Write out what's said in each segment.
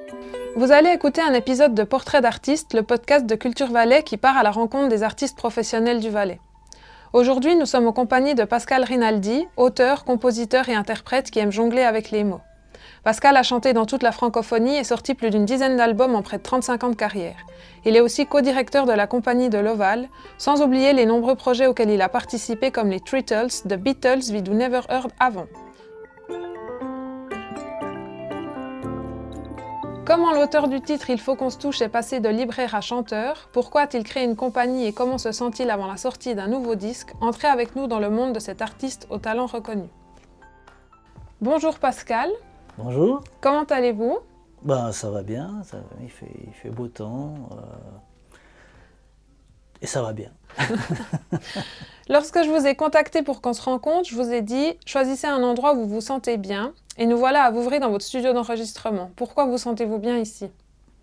Vous allez écouter un épisode de Portrait d'artiste, le podcast de Culture Valais qui part à la rencontre des artistes professionnels du Valais. Aujourd'hui, nous sommes en compagnie de Pascal Rinaldi, auteur, compositeur et interprète qui aime jongler avec les mots. Pascal a chanté dans toute la francophonie et sorti plus d'une dizaine d'albums en près de 35 ans de carrière. Il est aussi co-directeur de la compagnie de l'Oval, sans oublier les nombreux projets auxquels il a participé comme les Treetles, The Beatles, We Do Never Heard Avant. Comment l'auteur du titre « Il faut qu'on se touche » est passé de libraire à chanteur? Pourquoi a-t-il créé une compagnie et comment se sent-il avant la sortie d'un nouveau disque? Entrez avec nous dans le monde de cet artiste au talent reconnu. Bonjour Pascal. Bonjour. Comment allez-vous? Ça va bien, il fait beau temps et ça va bien. Lorsque je vous ai contacté pour qu'on se rencontre, je vous ai dit « Choisissez un endroit où vous vous sentez bien » et nous voilà à Vouvray dans votre studio d'enregistrement. Pourquoi vous sentez-vous bien ici?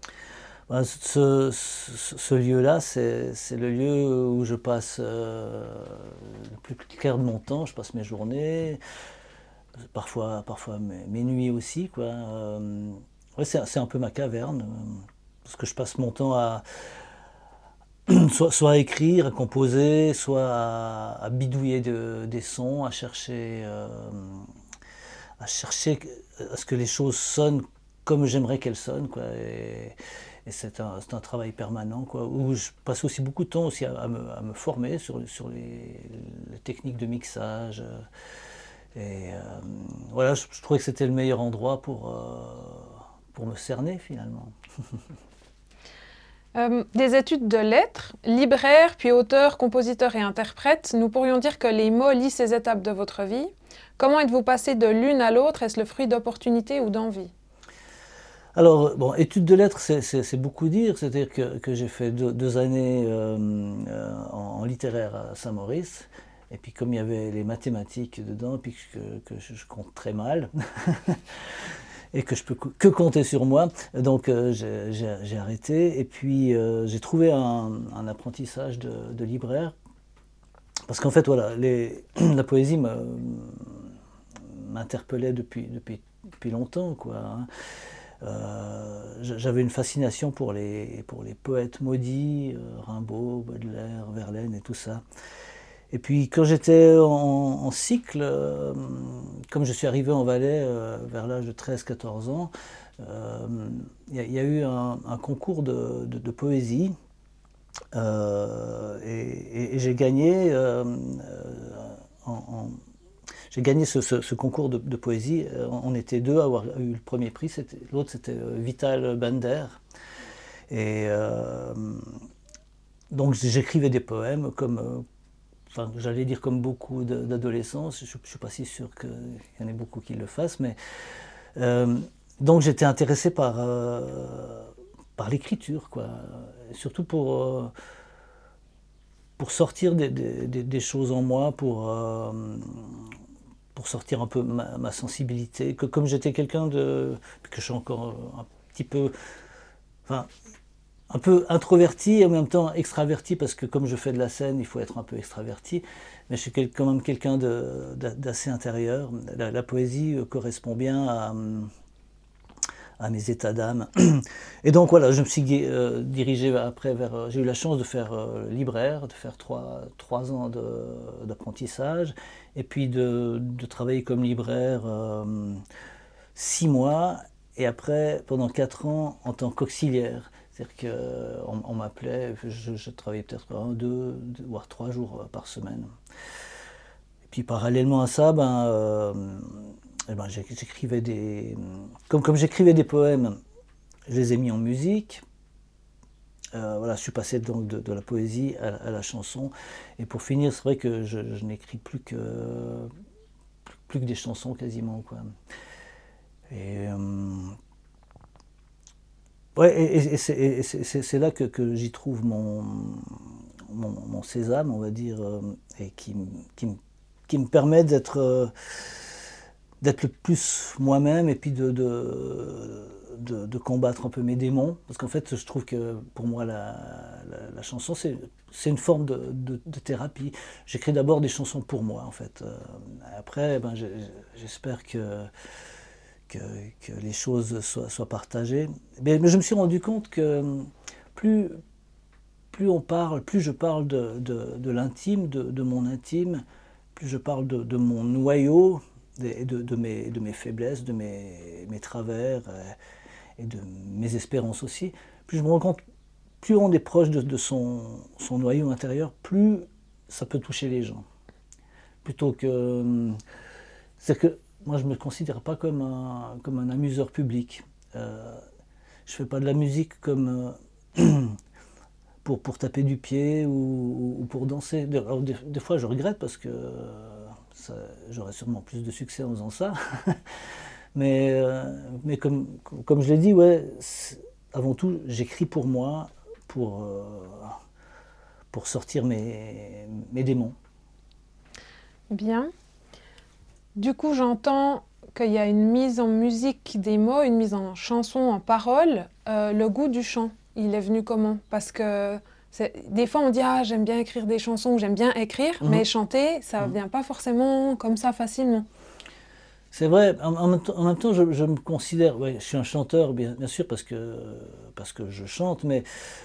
Ce lieu-là, c'est le lieu où je passe le plus clair de mon temps, je passe mes journées, parfois mes nuits aussi, quoi. C'est un peu ma caverne, parce que je passe mon temps à soit à écrire, à composer, soit à bidouiller des sons, à chercher à ce que les choses sonnent comme j'aimerais qu'elles sonnent, quoi. Et c'est un travail permanent, quoi, où je passe aussi beaucoup de temps aussi à me former sur les techniques de mixage. Voilà, je trouvais que c'était le meilleur endroit pour me cerner finalement. Des études de lettres, libraire, puis auteur, compositeur et interprète, nous pourrions dire que les mots lient ces étapes de votre vie. Comment êtes-vous passé de l'une à l'autre? Est-ce le fruit d'opportunités ou d'envie? Alors, études de lettres, c'est beaucoup dire. C'est-à-dire que j'ai fait deux années en littéraire à Saint-Maurice. Et puis comme il y avait les mathématiques dedans, puis que je compte très mal, et que je peux que compter sur moi, donc j'ai arrêté. Et puis j'ai trouvé un apprentissage de libraire. Parce qu'en fait, voilà, la poésie m'interpellait depuis longtemps, quoi. J'avais une fascination pour les poètes maudits, Rimbaud, Baudelaire, Verlaine et tout ça. Et puis quand j'étais en cycle, comme je suis arrivé en Valais vers l'âge de 13-14 ans, il y a eu un concours de poésie et j'ai gagné j'ai gagné ce concours de poésie. On était deux à avoir eu le premier prix. L'autre, c'était Vital Bender. Et donc, j'écrivais des poèmes j'allais dire comme beaucoup d'adolescents. Je ne suis pas si sûr qu'il y en ait beaucoup qui le fassent. Mais, donc, j'étais intéressé par l'écriture, quoi. Et surtout pour sortir des choses en moi, pour sortir un peu ma sensibilité, que comme j'étais quelqu'un que je suis encore un petit peu, un peu introverti et en même temps extraverti, parce que comme je fais de la scène, il faut être un peu extraverti, mais je suis quand même quelqu'un d'assez intérieur. La poésie correspond bien à mes états d'âme. Et donc voilà, je me suis dirigé après j'ai eu la chance de faire libraire, de faire trois ans d'apprentissage, et puis de travailler comme libraire 6 mois, et après pendant 4 ans en tant qu'auxiliaire. C'est-à-dire qu'on m'appelait, je travaillais peut-être 1, 2, voire 3 jours par semaine. Et puis parallèlement à ça, j'écrivais comme j'écrivais des poèmes, je les ai mis en musique. Voilà, je suis passé donc de la poésie à la chanson. Et pour finir, c'est vrai que je n'écris plus que des chansons quasiment, quoi. Et c'est là que j'y trouve mon sésame, on va dire, et qui me permet d'être le plus moi-même, et puis de combattre un peu mes démons. Parce qu'en fait, je trouve que pour moi, la chanson, c'est une forme de thérapie. J'écris d'abord des chansons pour moi, en fait. Après, j'espère que les choses soient partagées. Mais je me suis rendu compte que plus je parle de l'intime, de mon intime, plus je parle de mon noyau, de mes faiblesses, de mes travers et de mes espérances aussi, plus je me rends compte, plus on est proche de son noyau intérieur, plus ça peut toucher les gens. Plutôt que... C'est que moi je ne me considère pas comme un amuseur public. Je ne fais pas de la musique comme... pour taper du pied ou pour danser. Alors, des fois je regrette parce que j'aurais sûrement plus de succès en faisant ça. mais comme je l'ai dit, ouais, avant tout j'écris pour moi, pour sortir mes démons. Bien. Du coup, j'entends qu'il y a une mise en musique des mots, une mise en chanson, en paroles. Le goût du chant, il est venu comment? Parce que des fois on dit « Ah, j'aime bien écrire des chansons » ou « J'aime bien écrire », mais chanter, ça ne vient pas forcément comme ça facilement. C'est vrai, en même temps je me considère, ouais, je suis un chanteur bien sûr parce que je chante, mais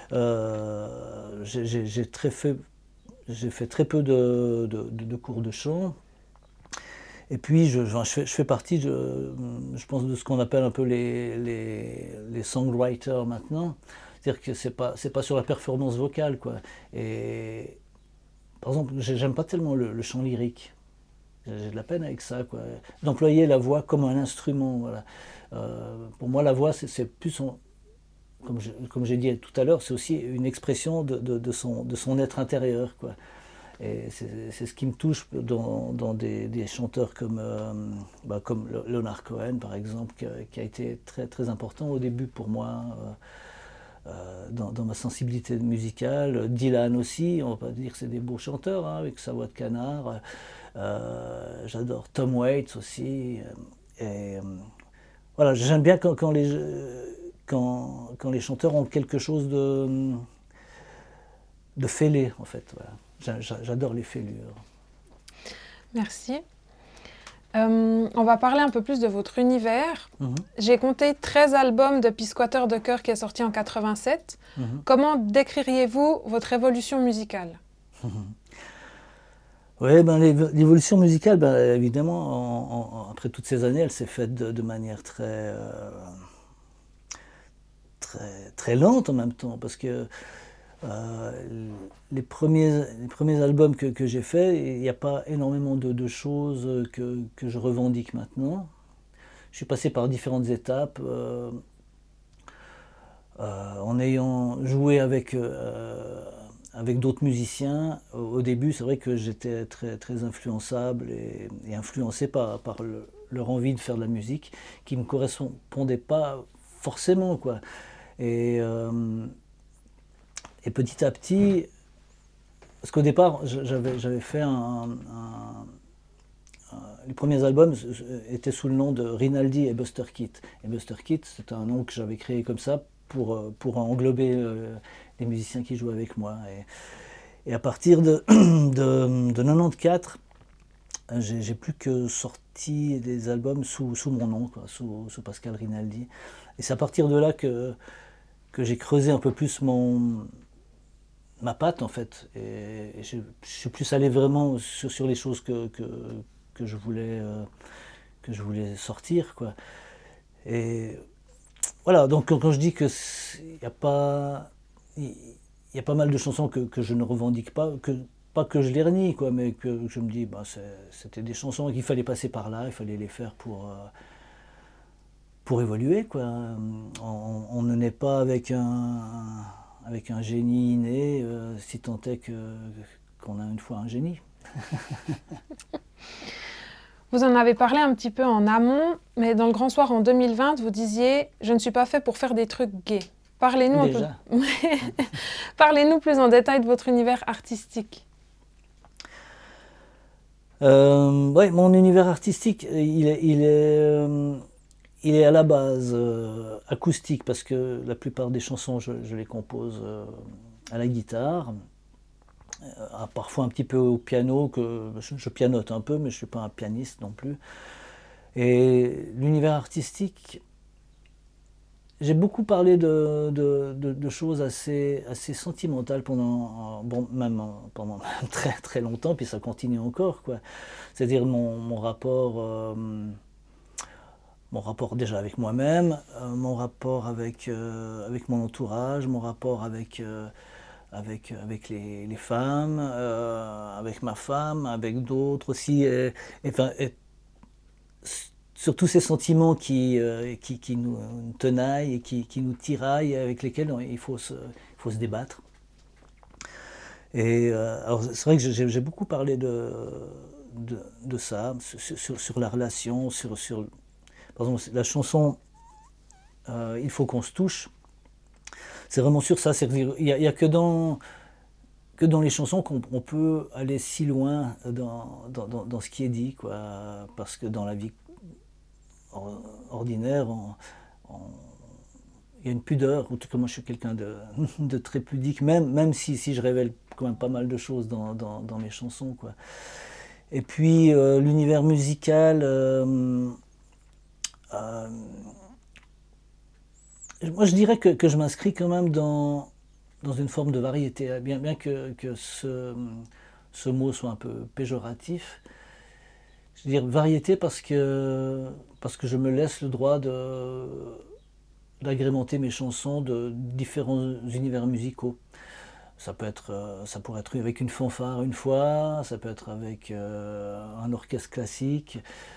j'ai fait très peu de cours de chant. Et puis je fais partie, je pense, de ce qu'on appelle un peu les songwriters maintenant. C'est-à-dire que c'est pas sur la performance vocale, quoi. Et par exemple, j'aime pas tellement le chant lyrique. J'ai de la peine avec ça, quoi. D'employer la voix comme un instrument, voilà. Pour moi, la voix, c'est plus comme j'ai dit tout à l'heure, c'est aussi une expression de son être intérieur, quoi. Et c'est ce qui me touche dans des chanteurs comme Leonard Cohen, par exemple, qui a été très, très important au début pour moi, dans ma sensibilité musicale. Dylan aussi, on va pas dire que c'est des beaux chanteurs, hein, avec sa voix de canard. J'adore Tom Waits aussi. Voilà, j'aime bien quand les chanteurs ont quelque chose de fêlé, en fait. Voilà. J'adore les fêlures. Merci. On va parler un peu plus de votre univers. J'ai compté 13 albums de Pisquateur de Chœur qui est sorti en 87. Comment décririez-vous votre évolution musicale? Oui, l'évolution musicale, évidemment, après toutes ces années, elle s'est faite de manière très, très, très lente en même temps, parce que les premiers albums que j'ai faits, il n'y a pas énormément de choses que je revendique maintenant. Je suis passé par différentes étapes, en ayant joué avec d'autres musiciens. Au début, c'est vrai que j'étais très, très influençable et influencé par leur envie de faire de la musique, qui ne me correspondait pas forcément, quoi. Et petit à petit, parce qu'au départ, j'avais fait les premiers albums étaient sous le nom de Rinaldi et Buster Keat. Et Buster Keat, c'était un nom que j'avais créé comme ça pour englober les musiciens qui jouaient avec moi. Et à partir de 94, j'ai plus que sorti des albums sous mon nom, quoi, sous Pascal Rinaldi. Et c'est à partir de là que j'ai creusé un peu plus ma patte, en fait, et je suis plus allé vraiment sur les choses que je voulais sortir, quoi. Et voilà, donc quand je dis que il y a pas mal de chansons que je ne revendique pas que je les renie, quoi, mais que je me dis c'était des chansons qu'il fallait passer par là, il fallait les faire pour évoluer, quoi. On ne naît pas avec un génie inné, si tant est qu'on a une fois un génie. Vous en avez parlé un petit peu en amont, mais dans le Grand Soir en 2020, vous disiez « Je ne suis pas fait pour faire des trucs gays ». Parlez-nous Parlez-nous plus en détail de votre univers artistique. Ouais, mon univers artistique, il est à la base acoustique, parce que la plupart des chansons, je les compose à la guitare, parfois un petit peu au piano, que je pianote un peu, mais je ne suis pas un pianiste non plus. Et l'univers artistique, j'ai beaucoup parlé de choses assez sentimentales pendant très très longtemps, puis ça continue encore, quoi. C'est-à-dire mon rapport déjà avec moi-même, mon rapport avec mon entourage, mon rapport avec les femmes, avec ma femme, avec d'autres aussi, sur tous ces sentiments qui nous tenaillent et qui nous tiraillent, avec lesquels il faut se débattre. Et alors c'est vrai que j'ai beaucoup parlé de ça, sur la relation, par exemple la chanson Il faut qu'on se touche. C'est vraiment sur ça, il n'y a que dans les chansons qu'on peut aller si loin dans ce qui est dit, quoi. Parce que dans la vie ordinaire, il y a une pudeur. En tout cas, moi je suis quelqu'un de très pudique, même si je révèle quand même pas mal de choses dans mes chansons, quoi. Et puis l'univers musical, moi je dirais que je m'inscris quand même dans une forme de variété, bien que ce mot soit un peu péjoratif. Je veux dire variété parce que je me laisse le droit d'agrémenter mes chansons de différents univers musicaux. Ça pourrait être avec une fanfare une fois, ça peut être avec un orchestre classique.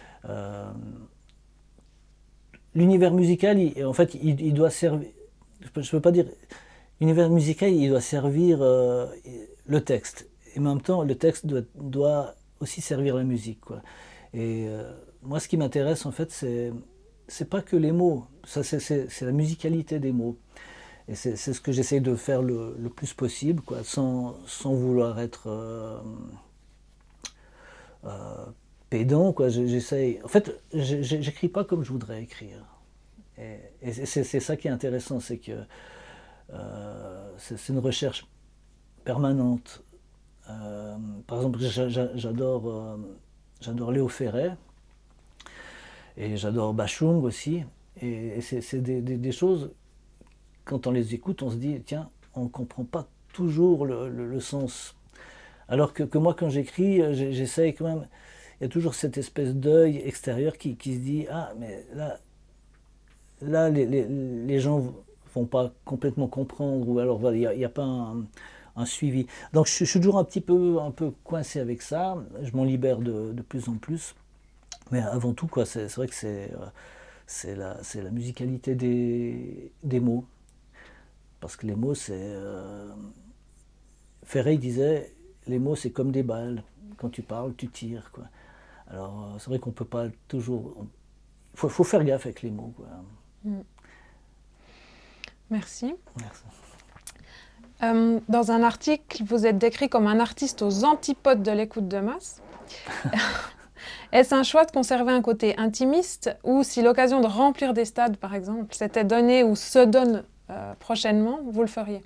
L'univers musical, en fait, il doit servir. Je peux pas dire. L'univers musical, il doit servir le texte. Et en même temps, le texte doit aussi servir la musique, quoi. Et moi, ce qui m'intéresse, en fait, c'est pas que les mots. C'est la musicalité des mots. Et c'est ce que j'essaie de faire le plus possible, quoi, sans vouloir être pédant, quoi. J'essaie. En fait, j'écris pas comme je voudrais écrire. Et c'est ça qui est intéressant, c'est que c'est une recherche permanente. Par exemple, j'adore Léo Ferré et j'adore Bachung aussi. Et c'est des choses, quand on les écoute, on se dit, tiens, on ne comprend pas toujours le sens. Alors que moi, quand j'écris, j'essaye quand même, il y a toujours cette espèce d'œil extérieur qui se dit, ah, mais là les gens ne vont pas complètement comprendre, ou alors voilà, il n'y a pas un suivi. Donc je suis toujours un peu coincé avec ça, je m'en libère de plus en plus. Mais avant tout, quoi, c'est vrai que c'est la musicalité des mots. Parce que les mots, c'est... Ferré disait, les mots, c'est comme des balles. Quand tu parles, tu tires, quoi. Alors, c'est vrai qu'on ne peut pas toujours... Il faut faire gaffe avec les mots, quoi. Merci. Merci. Dans un article, vous êtes décrit comme un artiste aux antipodes de l'écoute de masse. Est-ce un choix de conserver un côté intimiste, ou si l'occasion de remplir des stades, par exemple, s'était donnée ou se donne prochainement, vous le feriez?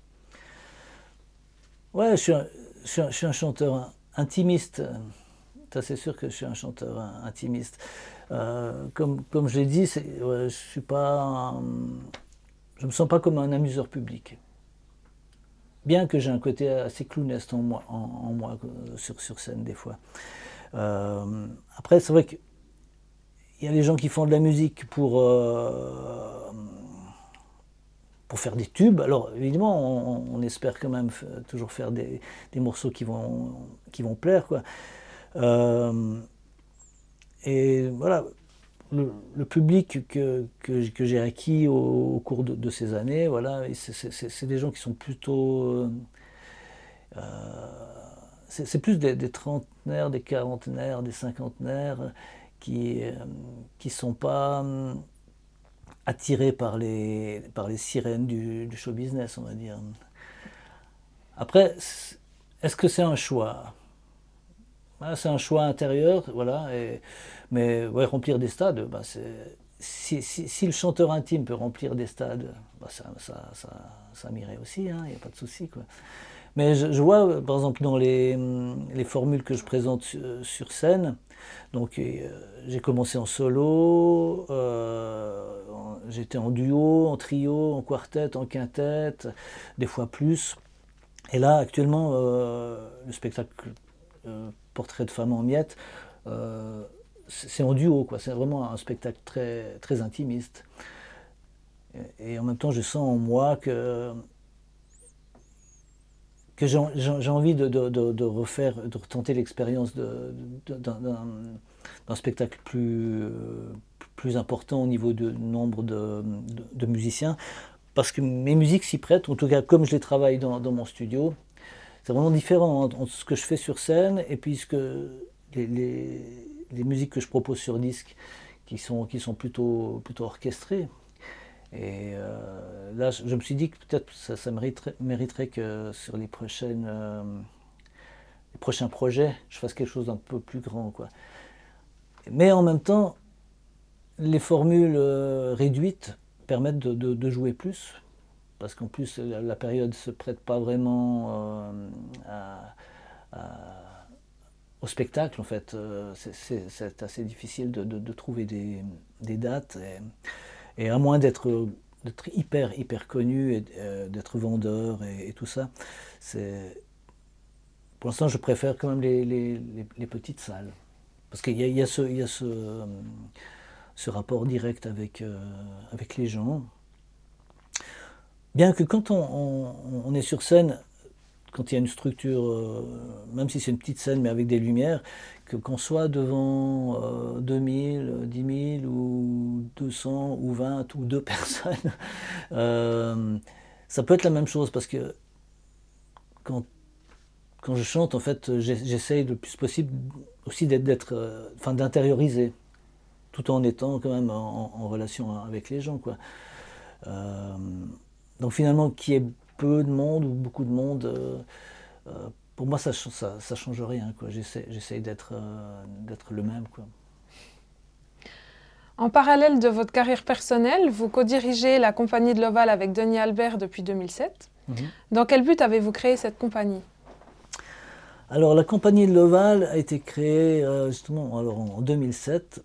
Ouais, je suis un chanteur intimiste. Ça, c'est sûr que je suis un chanteur intimiste. Comme je l'ai dit, je suis pas... je me sens pas comme un amuseur public. Bien que j'ai un côté assez clownesque en moi sur scène des fois. Après, c'est vrai qu'il y a les gens qui font de la musique pour faire des tubes. Alors évidemment, on espère quand même toujours faire des morceaux qui vont plaire, quoi. Et voilà, le public que j'ai acquis au cours de ces années, voilà, c'est des gens qui sont plutôt... c'est plus des trentenaires, des quarantenaires, des cinquantenaires qui sont pas attirés par les sirènes du show business, on va dire. Après, est-ce que c'est un choix? C'est un choix intérieur, voilà. Mais ouais, remplir des stades, si le chanteur intime peut remplir des stades, ça m'irait aussi, il n'y a pas de souci, quoi. Mais je vois, par exemple, dans les formules que je présente sur scène, donc j'ai commencé en solo, j'étais en duo, en trio, en quartet, en quintette, des fois plus. Et là, actuellement, le spectacle Portrait de femme en miettes, c'est en duo, quoi. C'est vraiment un spectacle très, très intimiste. Et en même temps, je sens en moi que j'ai envie de refaire, de retenter l'expérience d'un spectacle plus important au niveau du nombre de musiciens, parce que mes musiques s'y prêtent, en tout cas comme je les travaille dans mon studio. C'est vraiment différent entre ce que je fais sur scène et puis les musiques que je propose sur disque, qui sont plutôt orchestrées. Et là, je me suis dit que peut-être ça mériterait que sur les prochains projets, je fasse quelque chose d'un peu plus grand, quoi. Mais en même temps, les formules réduites permettent de jouer plus, parce qu'en plus, la période ne se prête pas vraiment au spectacle, en fait. C'est assez difficile de trouver des dates. Et à moins d'être hyper connu et d'être vendeur et tout ça, pour l'instant je préfère quand même les petites salles. Parce qu'il y a ce rapport direct avec les gens. Bien que quand on est sur scène, quand il y a une structure, même si c'est une petite scène mais avec des lumières, qu'on soit devant 2000, 10 000 ou 200 ou 20 ou 2 personnes, ça peut être la même chose, parce que quand je chante, en fait, j'essaye le plus possible aussi d'intérioriser, tout en étant quand même en relation avec les gens, quoi. Donc finalement, qu'il y ait peu de monde ou beaucoup de monde, pour moi, ça change rien, quoi. J'essaye d'être le même, quoi. En parallèle de votre carrière personnelle, vous co-dirigez la compagnie de l'Oval avec Denis Albert depuis 2007. Dans quel but avez-vous créé cette compagnie ? Alors, la compagnie de l'Oval a été créée justement en 2007.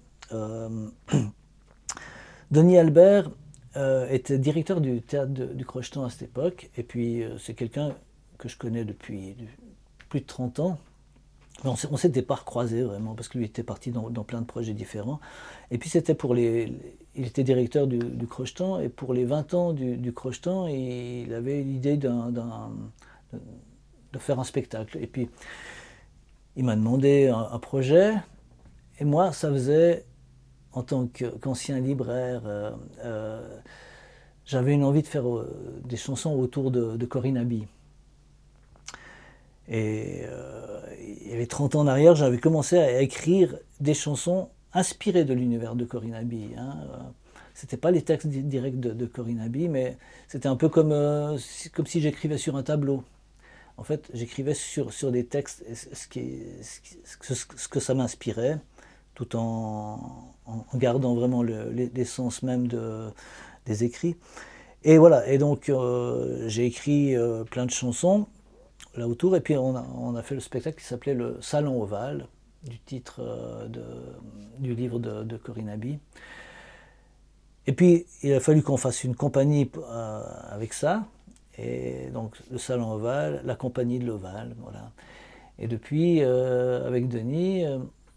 Denis Albert était directeur du théâtre du Crocheton à cette époque, et puis c'est quelqu'un que je connais depuis plus de 30 ans. On ne s'était pas recroisés vraiment, parce que lui était parti dans plein de projets différents. Et puis c'était il était directeur du Crocheton, et pour les 20 ans du Crocheton, il avait l'idée de faire un spectacle. Et puis il m'a demandé un projet, et moi ça faisait, en tant qu'ancien libraire, j'avais une envie de faire des chansons autour de Corinne Aby. Et il y avait 30 ans en arrière, j'avais commencé à écrire des chansons inspirées de l'univers de Corinne Aby. C'était pas les textes directs de Corinne Aby, mais c'était un peu comme si j'écrivais sur un tableau. En fait, j'écrivais sur des textes ce que ça m'inspirait, tout en gardant vraiment l'essence même des écrits. Et voilà, et donc j'ai écrit plein de chansons là autour, et puis on a fait le spectacle qui s'appelait le Salon Ovale, du titre du livre de Corinne Aby. Et puis il a fallu qu'on fasse une compagnie avec ça, et donc le Salon Ovale, la compagnie de l'Ovale, voilà. Et depuis, avec Denis,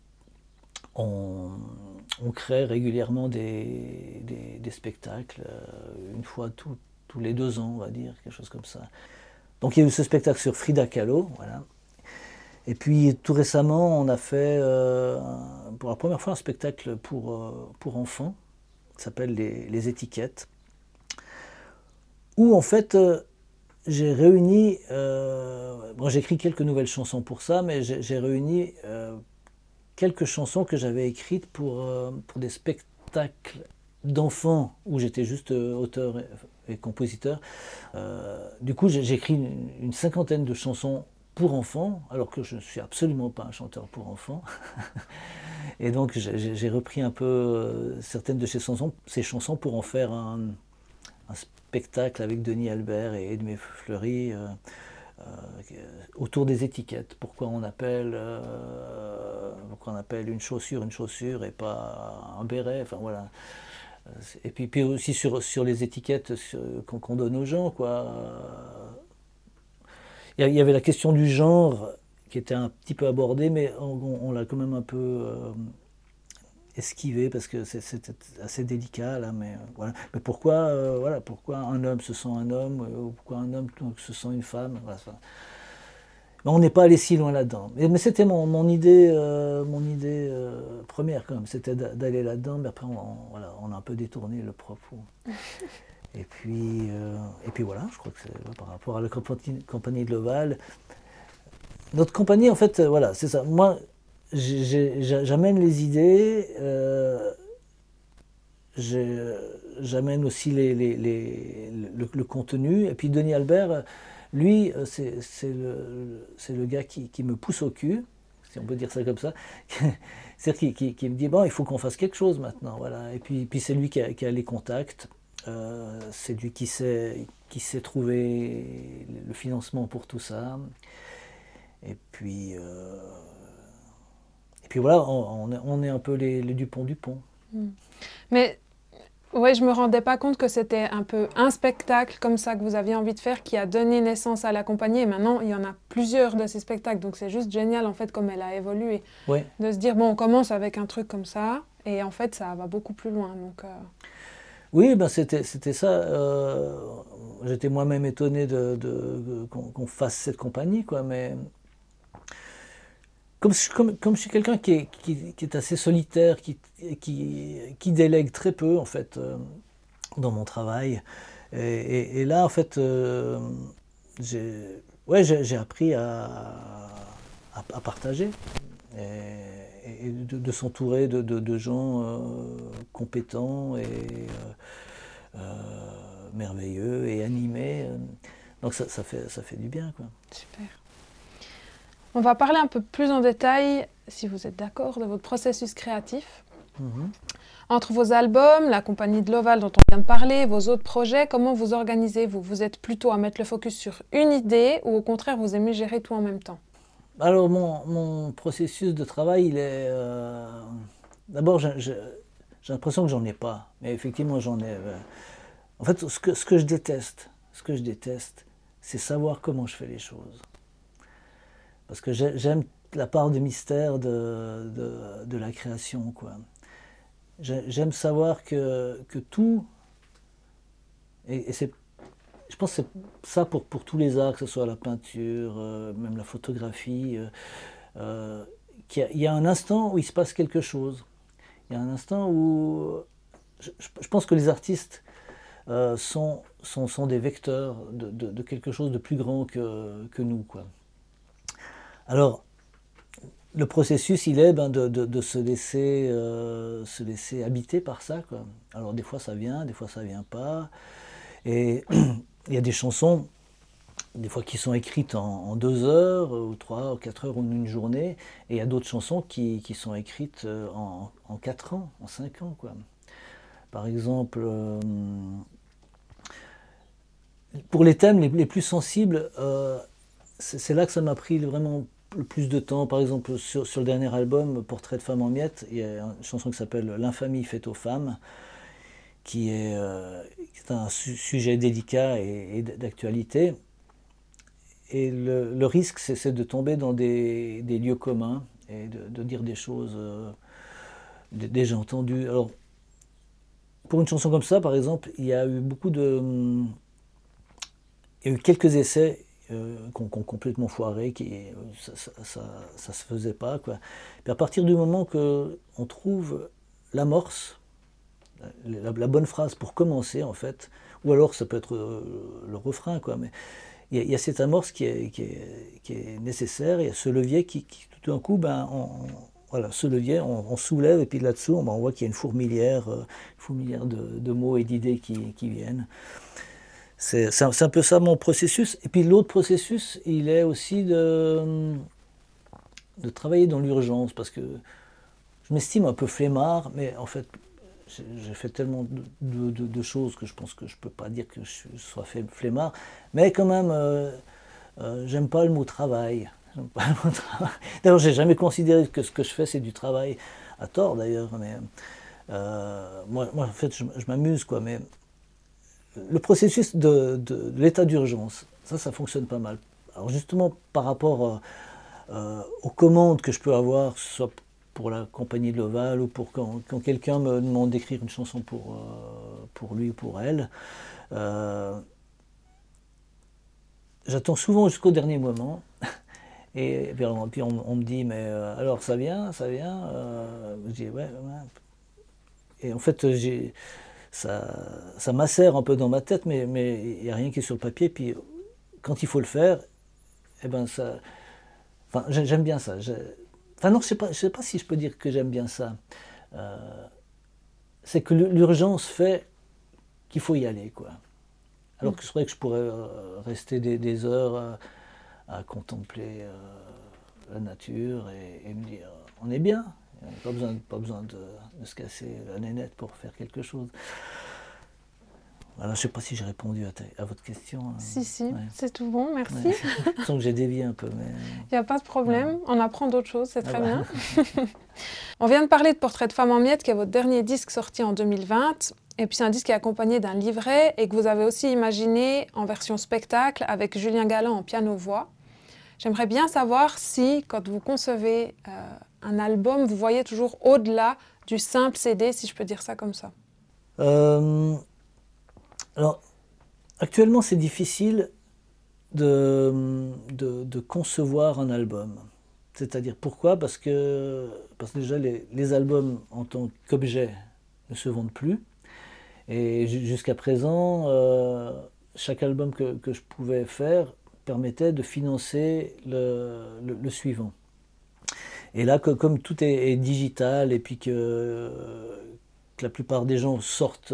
on crée régulièrement des spectacles, une fois tous les 2 ans, on va dire, quelque chose comme ça. Donc il y a eu ce spectacle sur Frida Kahlo, voilà. Et puis tout récemment, on a fait pour la première fois un spectacle pour enfants, qui s'appelle les étiquettes, où en fait j'ai réuni, j'ai écrit quelques nouvelles chansons pour ça, mais j'ai réuni quelques chansons que j'avais écrites pour des spectacles d'enfants où j'étais juste auteur et compositeur. Du coup, j'ai écrit une 50aine de chansons pour enfants, alors que je ne suis absolument pas un chanteur pour enfants. Et donc, j'ai repris un peu certaines de ces chansons pour en faire un spectacle avec Denis Albert et Edmé Fleury, autour des étiquettes. Pourquoi on appelle une chaussure et pas un béret, enfin voilà. Et puis aussi sur les étiquettes qu'on donne aux gens, quoi. Il y avait la question du genre qui était un petit peu abordée, mais on l'a quand même un peu esquivé parce que c'était assez délicat là. Mais voilà. Mais pourquoi un homme se sent un homme ou pourquoi un homme se sent une femme, voilà, ça. Mais on n'est pas allé si loin là-dedans. Mais c'était mon idée première quand même, c'était d'aller là-dedans. Mais après on a un peu détourné le propos. Et puis voilà, je crois que c'est par rapport à la compagnie de l'Ovale. Notre compagnie, en fait, voilà, c'est ça. Moi, j'amène les idées, j'amène aussi le contenu. Et puis Denis Albert, lui, c'est le gars qui me pousse au cul, si on peut dire ça comme ça. C'est-à-dire qui me dit, bon, il faut qu'on fasse quelque chose maintenant. Voilà. Et puis c'est lui qui a les contacts. C'est lui qui sait trouver le financement pour tout ça. Et puis voilà, on est un peu les Dupont. Mais ouais, je me rendais pas compte que c'était un peu un spectacle comme ça que vous aviez envie de faire qui a donné naissance à la compagnie. Et maintenant, il y en a plusieurs de ces spectacles. Donc c'est juste génial en fait comme elle a évolué. Ouais. De se dire, bon, on commence avec un truc comme ça et en fait, ça va beaucoup plus loin. Donc, Oui, ben c'était ça. J'étais moi-même étonné qu'on fasse cette compagnie, quoi. Mais comme je suis quelqu'un qui est assez solitaire, qui délègue très peu en fait dans mon travail, et là en fait j'ai appris à partager et de s'entourer de gens compétents et merveilleux et animés. Donc ça fait du bien, quoi. super. On va parler un peu plus en détail, si vous êtes d'accord, de votre processus créatif. Entre vos albums, la compagnie de l'Ovale dont on vient de parler, vos autres projets, comment vous organisez-vous ? Vous êtes plutôt à mettre le focus sur une idée ou au contraire vous aimez gérer tout en même temps ? Alors mon processus de travail, il est... D'abord, j'ai l'impression que j'en ai pas, mais effectivement j'en ai. En fait, ce que je déteste, c'est savoir comment je fais les choses. Parce que j'aime la part de mystère de la création, quoi. J'aime savoir que tout, et je pense que c'est ça pour tous les arts, que ce soit la peinture, même la photographie, qu'il y a un instant où il se passe quelque chose. Il y a un instant où je pense que les artistes sont des vecteurs de quelque chose de plus grand que nous, quoi. Alors, le processus, il est de se laisser habiter par ça, quoi. Alors, des fois, ça vient, des fois, ça vient pas. Et il y a des chansons, des fois, qui sont écrites en 2 heures, ou 3 ou 4 heures, ou une journée. Et il y a d'autres chansons qui sont écrites en 4 ans, en 5 ans, quoi. Par exemple, pour les thèmes les plus sensibles, c'est là que ça m'a pris vraiment le plus de temps. Par exemple, sur le dernier album, Portrait de femme en miettes, il y a une chanson qui s'appelle L'infamie faite aux femmes, qui est un sujet délicat et d'actualité. Et le risque, c'est de tomber dans des lieux communs et de dire des choses déjà entendues. Alors, pour une chanson comme ça, par exemple, il y a eu quelques essais qui ont complètement foiré, ça se faisait pas, quoi. Puis à partir du moment qu'on trouve l'amorce, la bonne phrase pour commencer, en fait, ou alors ça peut être le refrain, quoi, mais il y a cette amorce qui est nécessaire, il y a ce levier qui tout d'un coup, voilà, ce levier, on soulève, et puis là-dessous, on voit qu'il y a une fourmilière de mots et d'idées qui viennent. C'est un peu ça mon processus. Et puis l'autre processus, il est aussi de travailler dans l'urgence, parce que je m'estime un peu flemmard, mais en fait, j'ai fait tellement de choses que je pense que je ne peux pas dire que je sois flemmard. Mais quand même, J'aime pas le mot travail. J'aime pas le mot travail. D'ailleurs, j'ai jamais considéré que ce que je fais, c'est du travail, à tort d'ailleurs, mais moi, en fait, je m'amuse, quoi. Mais le processus de l'état d'urgence, ça fonctionne pas mal. Alors justement, par rapport aux commandes que je peux avoir, que ce soit pour la compagnie de l'Oval ou pour quand quelqu'un me demande d'écrire une chanson pour lui ou pour elle, j'attends souvent jusqu'au dernier moment. Et puis on me dit, mais alors ça vient? Je dis, ouais. Et en fait, ça macère un peu dans ma tête, mais il n'y a rien qui est sur le papier. Puis quand il faut le faire, eh ben ça. Enfin, j'aime bien ça. Enfin non, je sais pas si je peux dire que j'aime bien ça. C'est que l'urgence fait qu'il faut y aller, quoi. Alors que c'est vrai que je pourrais rester des heures à contempler la nature et me dire, on est bien. Pas besoin de se casser la nénette pour faire quelque chose. Voilà, je ne sais pas si j'ai répondu à votre question. Si, Ouais. c'est tout bon, merci. Ouais. Je sens que j'ai dévié un peu. Il n'y a pas de problème, on apprend d'autres choses, c'est très bien. Bah. On vient de parler de Portrait de femme en miettes, qui est votre dernier disque sorti en 2020. Et puis c'est un disque qui est accompagné d'un livret et que vous avez aussi imaginé en version spectacle avec Julien Galland en piano-voix. J'aimerais bien savoir si, quand vous concevez un album, vous voyez toujours au-delà du simple CD, si je peux dire ça comme ça. Alors, actuellement, c'est difficile de concevoir un album. C'est-à-dire, pourquoi ? Parce que déjà, les albums en tant qu'objet ne se vendent plus. Et jusqu'à présent, chaque album que je pouvais faire permettait de financer le suivant. Et là, comme tout est digital et puis que la plupart des gens sortent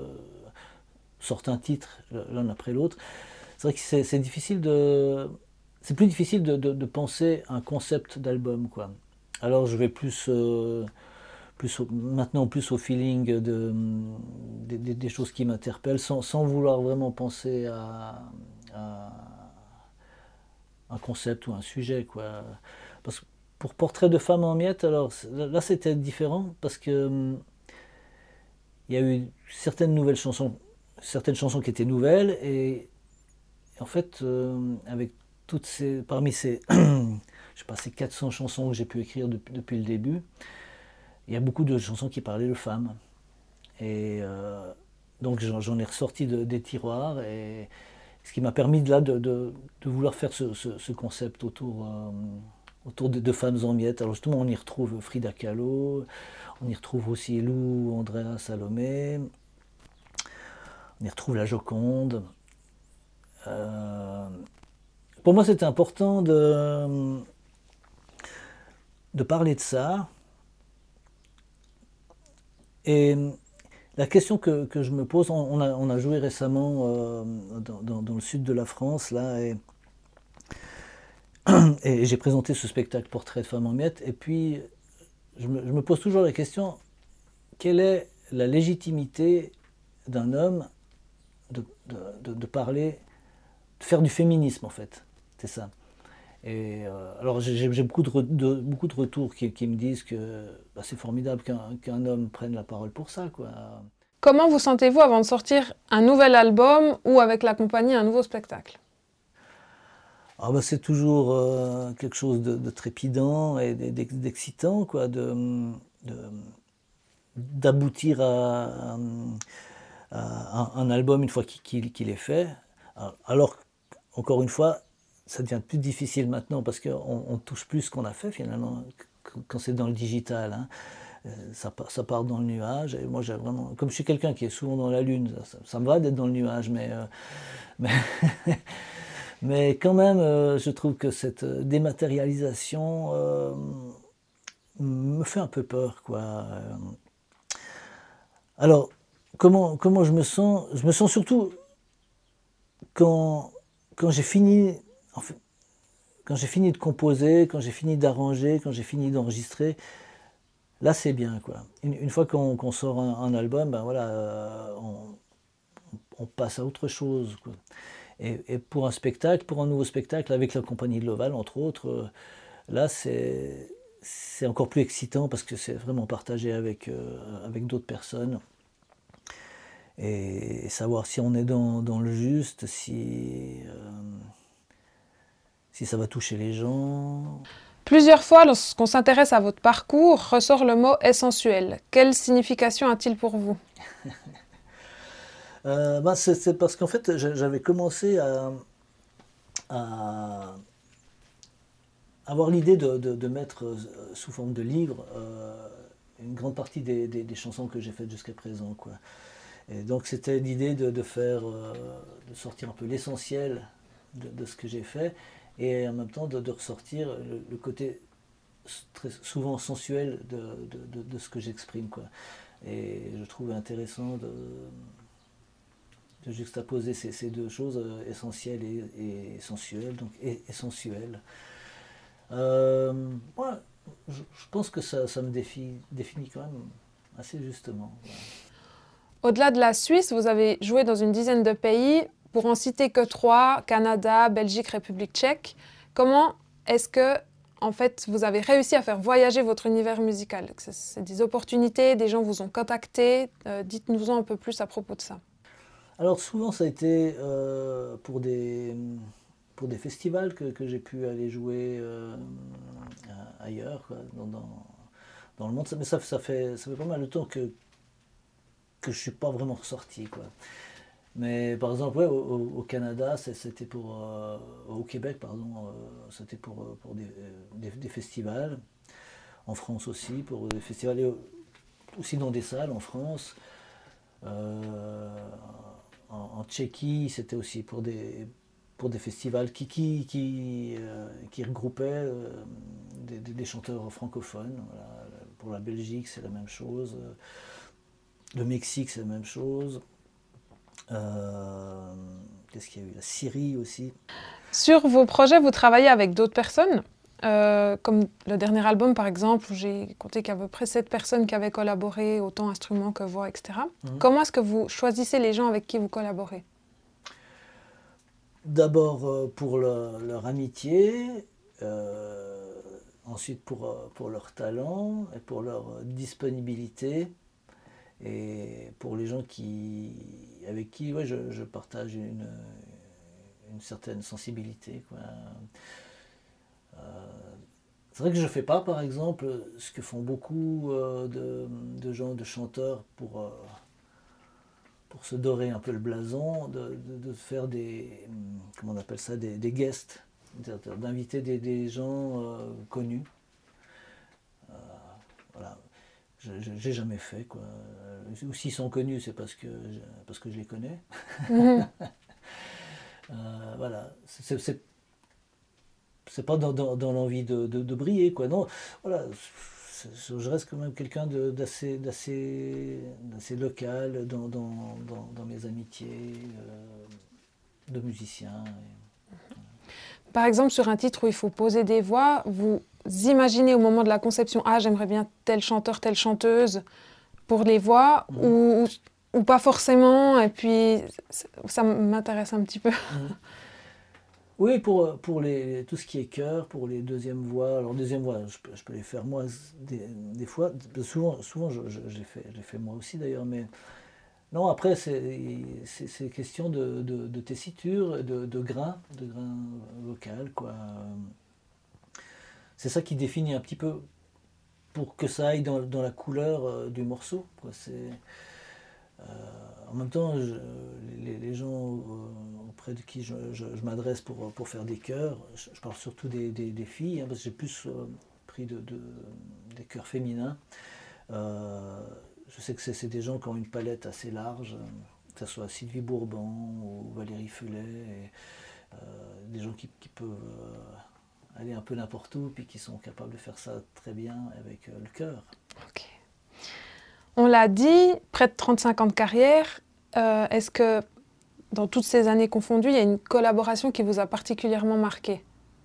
un titre l'un après l'autre, c'est vrai que c'est difficile c'est plus difficile de penser un concept d'album, quoi. Alors je vais maintenant plus au feeling des choses qui m'interpellent, sans vouloir vraiment penser à un concept ou un sujet, quoi. Parce que pour Portrait de femme en miettes, alors là c'était différent parce que il y a eu certaines chansons qui étaient nouvelles et en fait avec parmi ces je sais pas, ces 400 chansons que j'ai pu écrire depuis le début, il y a beaucoup de chansons qui parlaient de femmes. Et donc j'en ai ressorti des tiroirs, et ce qui m'a permis de vouloir faire ce concept autour de femmes en miettes. Alors justement, on y retrouve Frida Kahlo, on y retrouve aussi Lou, Andrea, Salomé, on y retrouve la Joconde. Pour moi, c'était important de parler de ça. Et la question que je me pose, on a joué récemment dans le sud de la France, là, et j'ai présenté ce spectacle Portrait de femme en miettes, et puis je me pose toujours la question, quelle est la légitimité d'un homme de parler, de faire du féminisme, en fait, c'est ça. Et alors j'ai beaucoup de retours qui me disent que c'est formidable qu'un homme prenne la parole pour ça, quoi. Comment vous sentez-vous avant de sortir un nouvel album ou avec la compagnie un nouveau spectacle ? C'est toujours quelque chose de trépidant et d'excitant, quoi, d'aboutir à un album une fois qu'il est fait. Alors, encore une fois, ça devient plus difficile maintenant parce qu'on touche plus ce qu'on a fait finalement quand c'est dans le digital, hein. Ça part dans le nuage, et moi j'ai vraiment, comme je suis quelqu'un qui est souvent dans la lune, ça me va d'être dans le nuage, mais quand même je trouve que cette dématérialisation me fait un peu peur, quoi. Alors comment je me sens? Je me sens surtout quand j'ai fini, en fait, quand j'ai fini de composer, quand j'ai fini d'arranger, quand j'ai fini d'enregistrer, là c'est bien, quoi. Une fois qu'on sort un album, ben voilà, on passe à autre chose, quoi. Et pour un spectacle, pour un nouveau spectacle avec la compagnie de l'Oval, entre autres, là c'est encore plus excitant parce que c'est vraiment partagé avec d'autres personnes. Et savoir si on est dans le juste, si ça va toucher les gens. Plusieurs fois, lorsqu'on s'intéresse à votre parcours, ressort le mot essentiel. Quelle signification a-t-il pour vous? C'est parce qu'en fait, j'avais commencé à avoir l'idée de mettre sous forme de livre une grande partie des chansons que j'ai faites jusqu'à présent, quoi. Et donc c'était l'idée de sortir un peu l'essentiel de ce que j'ai fait, et en même temps de ressortir le côté très souvent sensuel de ce que j'exprime, quoi. Et je trouve intéressant de juxtaposer ces deux choses, essentielles et sensuelles, donc et sensuelles. Ouais, je pense que ça me définit quand même assez justement. Ouais. Au-delà de la Suisse, vous avez joué dans une dizaine de pays. Pour en citer que 3, Canada, Belgique, République tchèque. Comment est-ce que, en fait, vous avez réussi à faire voyager votre univers musical? C'est des opportunités, des gens vous ont contacté. Dites-nous-en un peu plus à propos de ça. Alors souvent ça a été pour des festivals que j'ai pu aller jouer ailleurs, quoi, dans le monde. Mais ça fait pas mal de temps que je ne suis pas vraiment ressorti, quoi. Mais par exemple, ouais, au Canada, c'était au Québec, pardon, c'était pour des festivals. En France aussi, pour des festivals, et aussi dans des salles en France. En Tchéquie, c'était aussi pour des festivals qui regroupaient des chanteurs francophones. Voilà. Pour la Belgique, c'est la même chose. Le Mexique, c'est la même chose. Qu'est-ce qu'il y a eu? La Syrie aussi. Sur vos projets, vous travaillez avec d'autres personnes, comme le dernier album par exemple, où j'ai compté qu'il y a à peu près 7 personnes qui avaient collaboré, autant instruments que voix, etc. Comment est-ce que vous choisissez les gens avec qui vous collaborez? D'abord pour leur amitié, ensuite pour leur talent et pour leur disponibilité, et pour les gens avec qui ouais, je partage une certaine sensibilité, quoi. C'est vrai que je ne fais pas, par exemple, ce que font beaucoup de gens, de chanteurs, pour se dorer un peu le blason, de faire comment on appelle ça, des guests, d'inviter des gens connus. Voilà. J'ai jamais fait, quoi. Ou s'ils sont connus, c'est parce que je les connais. Voilà. C'est pas dans l'envie de briller, quoi. Non, voilà. Je reste quand même quelqu'un d'assez local dans mes amitiés de musiciens. Par exemple, sur un titre où il faut poser des voix, vous imaginez au moment de la conception « Ah, j'aimerais bien tel chanteur, telle chanteuse » pour les voix, ou pas forcément, et puis ça m'intéresse un petit peu. Oui, pour tout ce qui est chœur, pour les deuxièmes voix. Alors deuxième voix, je peux les faire moi des fois. Souvent je les fais moi aussi d'ailleurs. Mais non, après c'est question de tessiture, de grain vocal, quoi. C'est ça qui définit un petit peu pour que ça aille dans la couleur du morceau, quoi. En même temps, les gens auprès de qui je m'adresse pour faire des chœurs, je parle surtout des filles, hein, parce que j'ai plus pris des chœurs féminins. Je sais que c'est des gens qui ont une palette assez large, que ce soit Sylvie Bourbon ou Valérie Fullet, et, des gens qui peuvent aller un peu n'importe où, puis qui sont capables de faire ça très bien avec le chœur. Okay. On l'a dit, près de 35 ans de carrière. Est-ce que, dans toutes ces années confondues, il y a une collaboration qui vous a particulièrement marqué?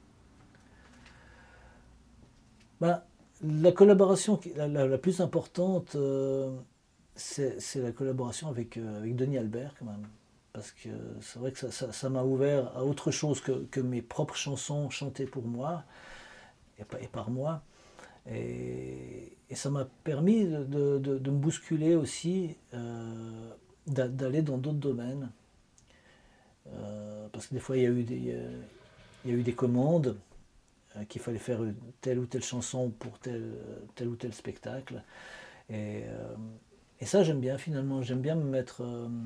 La collaboration la plus importante, c'est la collaboration avec Denis Albert, quand même. parce que c'est vrai que ça m'a ouvert à autre chose que mes propres chansons chantées pour moi et par moi. Et ça m'a permis de me bousculer aussi, d'aller dans d'autres domaines. Parce que des fois, il y a eu des commandes qu'il fallait faire telle ou telle chanson pour tel ou tel spectacle. Et ça, j'aime bien finalement. J'aime bien me mettre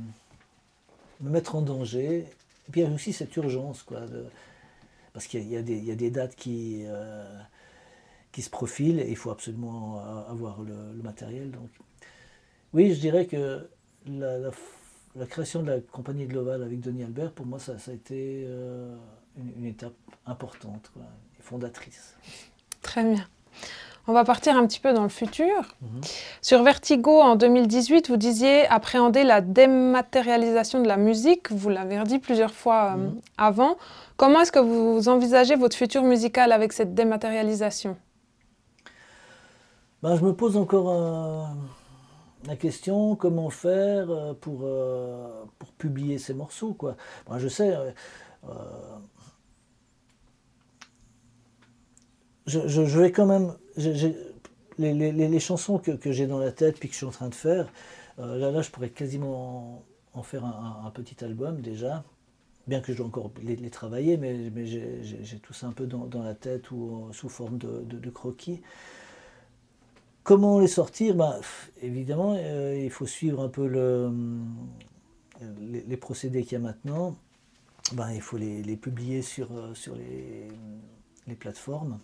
en danger. Et puis il y a aussi cette urgence, quoi, parce qu'il y a des dates qui se profilent et il faut absolument avoir le matériel. Donc, oui, je dirais que la création de la compagnie de l'Oval avec Denis Albert, pour moi, ça a été une étape importante, quoi, et fondatrice. Très bien. On va partir un petit peu dans le futur. Sur Vertigo, en 2018, vous disiez appréhender la dématérialisation de la musique. Vous l'avez redit plusieurs fois avant. Comment est-ce que vous envisagez votre futur musical avec cette dématérialisation ? Je me pose encore la question, comment faire pour publier ces morceaux, quoi. Je sais, je vais quand même... les chansons que j'ai dans la tête puis que je suis en train de faire, là je pourrais quasiment en faire un petit album déjà, bien que je dois encore les travailler, mais j'ai tout ça un peu dans la tête ou sous forme de croquis. Comment les sortir ? Évidemment, il faut suivre un peu les procédés qu'il y a maintenant. Il faut les publier sur les plateformes.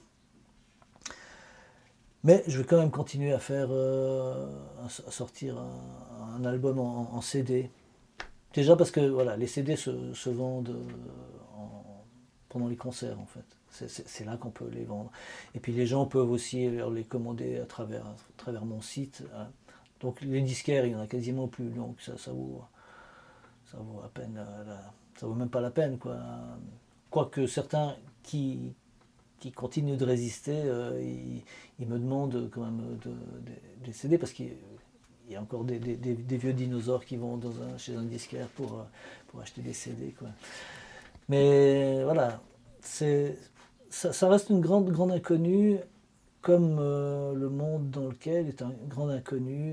Mais je vais quand même continuer à sortir un album en CD. Déjà parce que voilà, les CD se vendent pendant les concerts en fait. C'est là qu'on peut les vendre. Et puis les gens peuvent aussi les commander à travers mon site. Donc les disquaires, il n'y en a quasiment plus. Donc ça vaut à peine, ça vaut même pas la peine, quoi. Quoique certains qui continuent de résister, ils me demandent quand même des CD parce qu'il y a encore des vieux dinosaures qui vont chez un disquaire pour acheter des CD, quoi. Mais voilà, ça reste une grande inconnue, comme le monde dans lequel est un grand inconnu.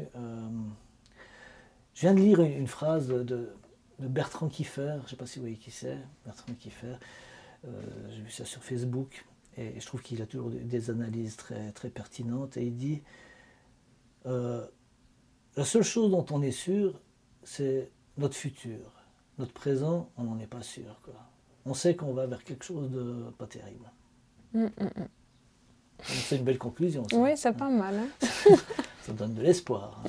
Je viens de lire une phrase de Bertrand Kiefer, je ne sais pas si vous voyez qui c'est, Bertrand Kiefer. J'ai vu ça sur Facebook et je trouve qu'il a toujours des analyses très, très pertinentes. Et il dit la seule chose dont on est sûr, c'est notre futur. Notre présent, on n'en est pas sûr, quoi. On sait qu'on va vers quelque chose de pas terrible. C'est une belle conclusion. Ça. Oui, c'est pas mal. Hein. Ça donne de l'espoir.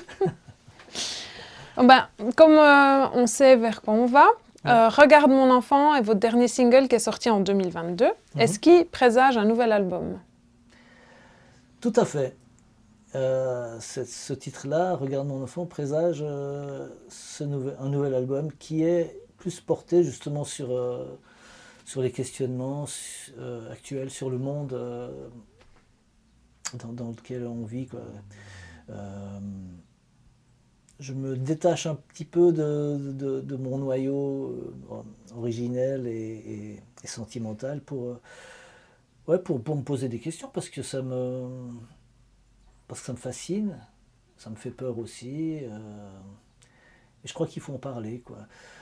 Comme on sait vers quoi on va, Regarde mon enfant est votre dernier single qui est sorti en 2022. Est-ce qu'il présage un nouvel album ? Tout à fait. Ce titre-là, Regarde mon enfant, présage un nouvel album qui est plus porté justement sur les questionnements actuels, sur le monde dans lequel on vit, quoi. Je me détache un petit peu de mon noyau originel et sentimental pour me poser des questions parce que ça me fascine, ça me fait peur aussi, et je crois qu'il faut en parler, quoi.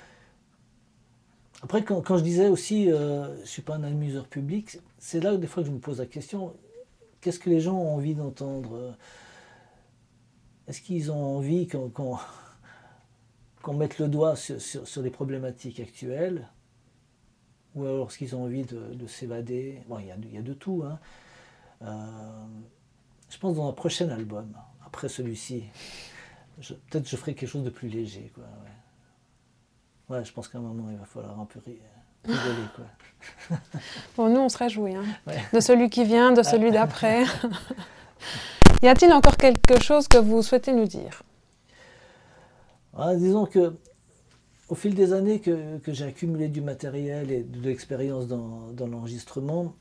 Après, quand je disais aussi, je ne suis pas un amuseur public, c'est là des fois que je me pose la question, qu'est-ce que les gens ont envie d'entendre ? Est-ce qu'ils ont envie qu'on mette le doigt sur les problématiques actuelles ? Ou alors est-ce qu'ils ont envie de s'évader ? Bon, il y a de tout, hein. Je pense dans un prochain album, après celui-ci, peut-être je ferai quelque chose de plus léger, quoi. Ouais, je pense qu'à un moment, il va falloir un peu rigoler, quoi. Bon, nous, on se réjouit, hein, ouais. De celui qui vient, de celui d'après. Y a-t-il encore quelque chose que vous souhaitez nous dire ? Disons que au fil des années que j'ai accumulé du matériel et de l'expérience dans l'enregistrement,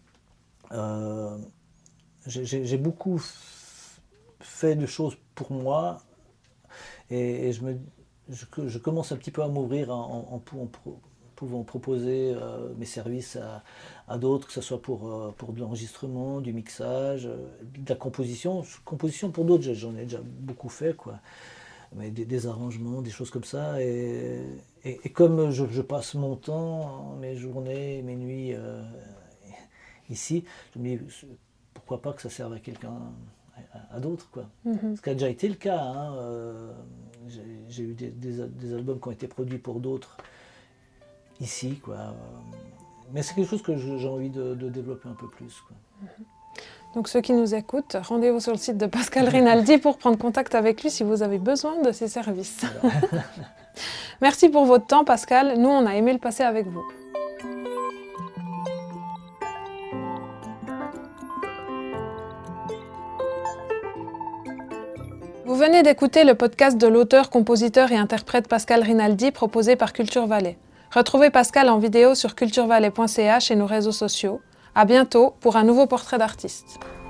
j'ai beaucoup fait de choses pour moi et je je commence un petit peu à m'ouvrir en pouvant proposer mes services à d'autres, que ce soit pour de l'enregistrement, du mixage, de la composition. Composition pour d'autres, j'en ai déjà beaucoup fait, quoi. Mais des arrangements, des choses comme ça. Et comme je passe mon temps, mes journées, mes nuits ici, je me dis pourquoi pas que ça serve à quelqu'un, à d'autres, quoi. Ce qui a déjà été le cas, hein. J'ai eu des albums qui ont été produits pour d'autres ici, quoi. Mais c'est quelque chose que j'ai envie de développer un peu plus, quoi. Donc ceux qui nous écoutent, rendez-vous sur le site de Pascal Rinaldi pour prendre contact avec lui si vous avez besoin de ses services. Voilà. Merci pour votre temps, Pascal. Nous, on a aimé le passer avec vous. Vous venez d'écouter le podcast de l'auteur, compositeur et interprète Pascal Rinaldi proposé par Culture Valais. Retrouvez Pascal en vidéo sur culturevalais.ch et nos réseaux sociaux. À bientôt pour un nouveau portrait d'artiste.